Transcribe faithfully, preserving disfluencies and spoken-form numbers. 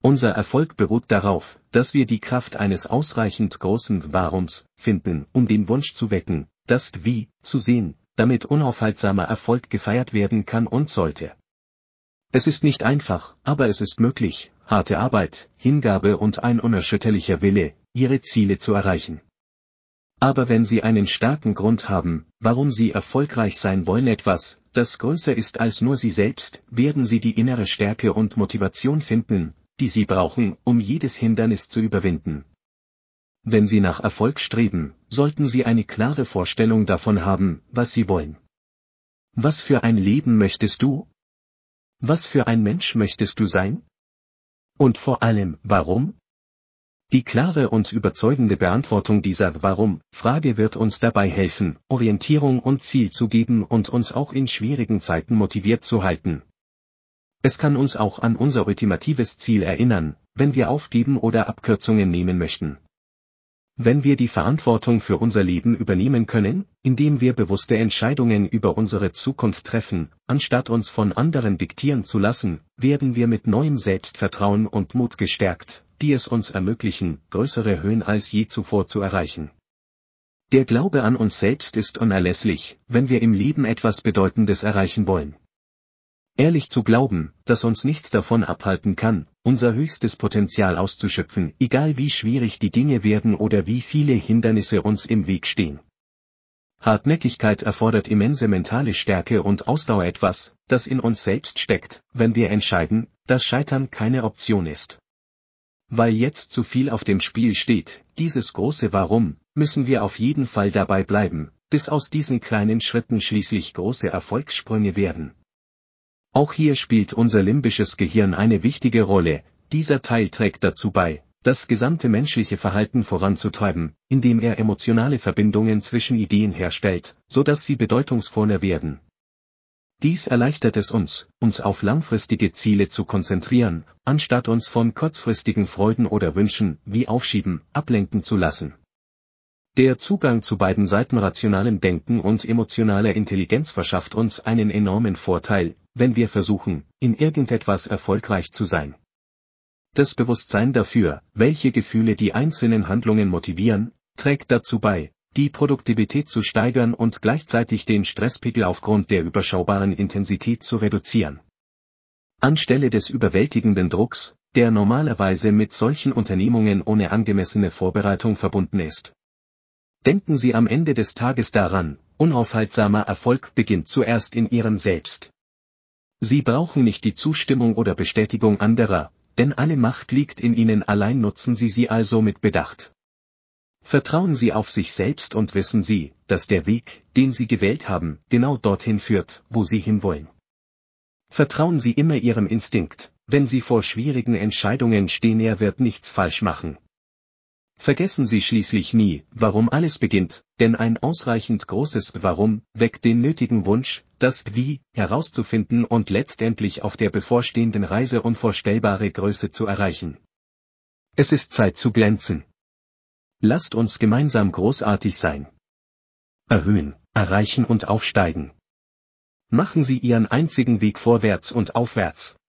Unser Erfolg beruht darauf, dass wir die Kraft eines ausreichend großen Warums finden, um den Wunsch zu wecken, das Wie zu sehen, damit unaufhaltsamer Erfolg gefeiert werden kann und sollte. Es ist nicht einfach, aber es ist möglich, harte Arbeit, Hingabe und ein unerschütterlicher Wille, Ihre Ziele zu erreichen. Aber wenn Sie einen starken Grund haben, warum Sie erfolgreich sein wollen, etwas, das größer ist als nur Sie selbst, werden Sie die innere Stärke und Motivation finden, die Sie brauchen, um jedes Hindernis zu überwinden. Wenn Sie nach Erfolg streben, sollten Sie eine klare Vorstellung davon haben, was Sie wollen. Was für ein Leben möchtest du? Was für ein Mensch möchtest du sein? Und vor allem, warum? Die klare und überzeugende Beantwortung dieser Warum-Frage wird uns dabei helfen, Orientierung und Ziel zu geben und uns auch in schwierigen Zeiten motiviert zu halten. Es kann uns auch an unser ultimatives Ziel erinnern, wenn wir aufgeben oder Abkürzungen nehmen möchten. Wenn wir die Verantwortung für unser Leben übernehmen können, indem wir bewusste Entscheidungen über unsere Zukunft treffen, anstatt uns von anderen diktieren zu lassen, werden wir mit neuem Selbstvertrauen und Mut gestärkt, die es uns ermöglichen, größere Höhen als je zuvor zu erreichen. Der Glaube an uns selbst ist unerlässlich, wenn wir im Leben etwas Bedeutendes erreichen wollen. Ehrlich zu glauben, dass uns nichts davon abhalten kann, unser höchstes Potenzial auszuschöpfen, egal wie schwierig die Dinge werden oder wie viele Hindernisse uns im Weg stehen. Hartnäckigkeit erfordert immense mentale Stärke und Ausdauer, etwas, das in uns selbst steckt, wenn wir entscheiden, dass Scheitern keine Option ist. Weil jetzt zu viel auf dem Spiel steht, dieses große Warum, müssen wir auf jeden Fall dabei bleiben, bis aus diesen kleinen Schritten schließlich große Erfolgssprünge werden. Auch hier spielt unser limbisches Gehirn eine wichtige Rolle, dieser Teil trägt dazu bei, das gesamte menschliche Verhalten voranzutreiben, indem er emotionale Verbindungen zwischen Ideen herstellt, sodass sie bedeutungsvoller werden. Dies erleichtert es uns, uns auf langfristige Ziele zu konzentrieren, anstatt uns von kurzfristigen Freuden oder Wünschen, wie Aufschieben, ablenken zu lassen. Der Zugang zu beiden Seiten rationalem Denken und emotionaler Intelligenz verschafft uns einen enormen Vorteil, wenn wir versuchen, in irgendetwas erfolgreich zu sein. Das Bewusstsein dafür, welche Gefühle die einzelnen Handlungen motivieren, trägt dazu bei, die Produktivität zu steigern und gleichzeitig den Stresspegel aufgrund der überschaubaren Intensität zu reduzieren. Anstelle des überwältigenden Drucks, der normalerweise mit solchen Unternehmungen ohne angemessene Vorbereitung verbunden ist. Denken Sie am Ende des Tages daran, unaufhaltsamer Erfolg beginnt zuerst in Ihrem Selbst. Sie brauchen nicht die Zustimmung oder Bestätigung anderer, denn alle Macht liegt in Ihnen, allein nutzen Sie sie also mit Bedacht. Vertrauen Sie auf sich selbst und wissen Sie, dass der Weg, den Sie gewählt haben, genau dorthin führt, wo Sie hinwollen. Vertrauen Sie immer Ihrem Instinkt, wenn Sie vor schwierigen Entscheidungen stehen, er wird nichts falsch machen. Vergessen Sie schließlich nie, warum alles beginnt, denn ein ausreichend großes Warum weckt den nötigen Wunsch, das Wie herauszufinden und letztendlich auf der bevorstehenden Reise unvorstellbare Größe zu erreichen. Es ist Zeit zu glänzen. Lasst uns gemeinsam großartig sein. Erhöhen, erreichen und aufsteigen. Machen Sie Ihren einzigen Weg vorwärts und aufwärts.